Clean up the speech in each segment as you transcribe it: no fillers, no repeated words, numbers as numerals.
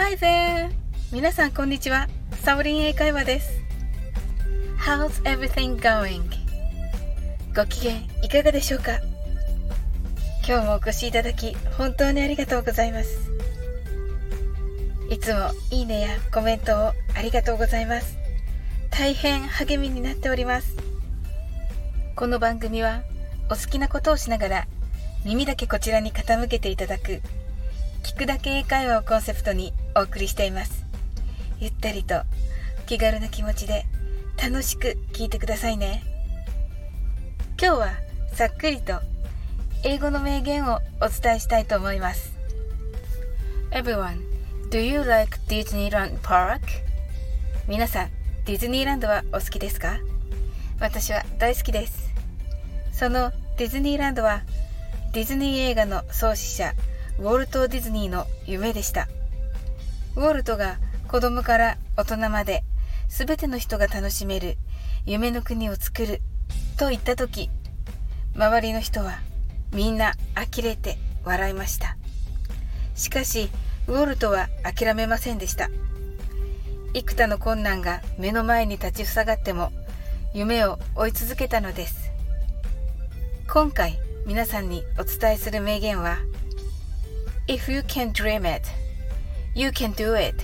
Hi there! 皆さんこんにちは。サオリン英会話です。How's everything going? ご機嫌いかがでしょうか？今日もお越しいただき本当にありがとうございます。いつもいいねやコメントをありがとうございます。大変励みになっております。この番組はお好きなことをしながら耳だけこちらに傾けていただく聞くだけ英会話をコンセプトにお送りしています。ゆったりと気軽な気持ちで楽しく聞いてくださいね。今日はさっくりと英語の名言をお伝えしたいと思います。 Everyone, do you like Disneyland Park? 皆さん、ディズニーランドはお好きですか？私は大好きです。そのディズニーランドはディズニー映画の創始者ウォルト・ディズニーの夢でした。ウォルトが子供から大人まで全ての人が楽しめる夢の国を作ると言ったとき、周りの人はみんな呆れて笑いました。しかしウォルトは諦めませんでした。幾多の困難が目の前に立ちふさがっても夢を追い続けたのです。今回皆さんにお伝えする名言は If you can dream it, you can do it.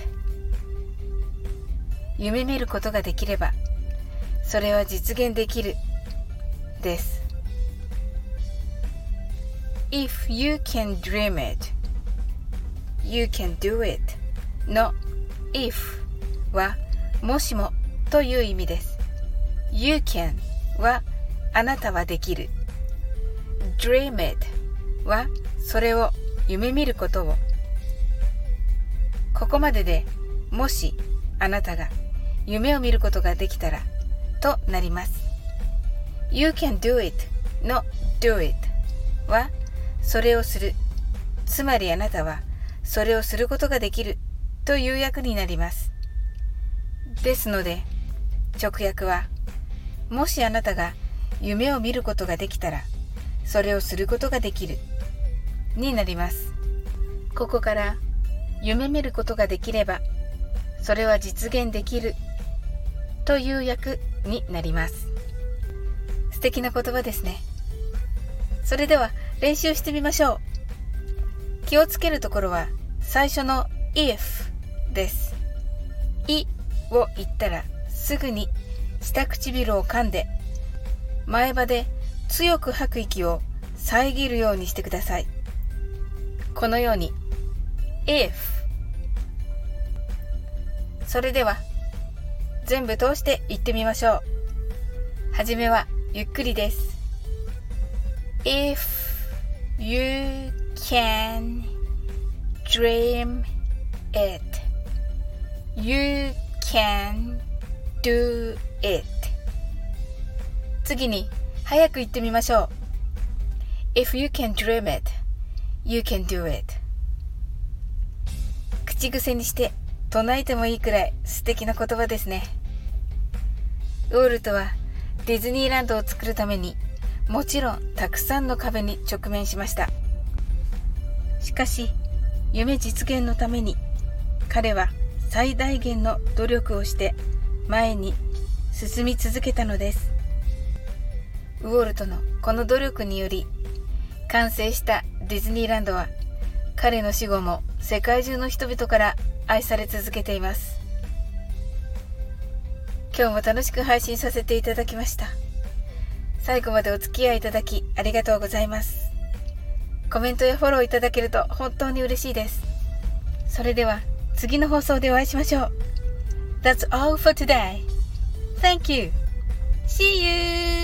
夢見ることができればそれは実現できるです。 If you can dream it, you can do it の if はもしもという意味です。 You can はあなたはできる。 Dream it はそれを夢見ることを。ここまででもしあなたが夢を見ることができたらとなります。 You can do it の do it はそれをする、つまりあなたはそれをすることができるという訳になります。ですので直訳はもしあなたが夢を見ることができたらそれをすることができるになります。ここから夢見ることができればそれは実現できるという訳になります。素敵な言葉ですね。それでは練習してみましょう。気をつけるところは最初の if です。いを言ったらすぐに下唇を噛んで前歯で強く吐く息を遮るようにしてください。このように if。 それでは全部通して言ってみましょう。はじめはゆっくりです。 If you can dream it, you can do it。 次に早く言ってみましょう。 If you can dream it, you can do it。 口癖にして唱えてもいいくらい素敵な言葉ですね。ウォルトはディズニーランドを作るためにもちろんたくさんの壁に直面しました。しかし夢実現のために彼は最大限の努力をして前に進み続けたのです。ウォルトのこの努力により完成したディズニーランドは彼の死後も世界中の人々から愛され続けています。今日も楽しく配信させていただきました。最後までお付き合いいただきありがとうございます。コメントやフォローいただけると本当に嬉しいです。それでは次の放送でお会いしましょう。That's all for today. Thank you. See you.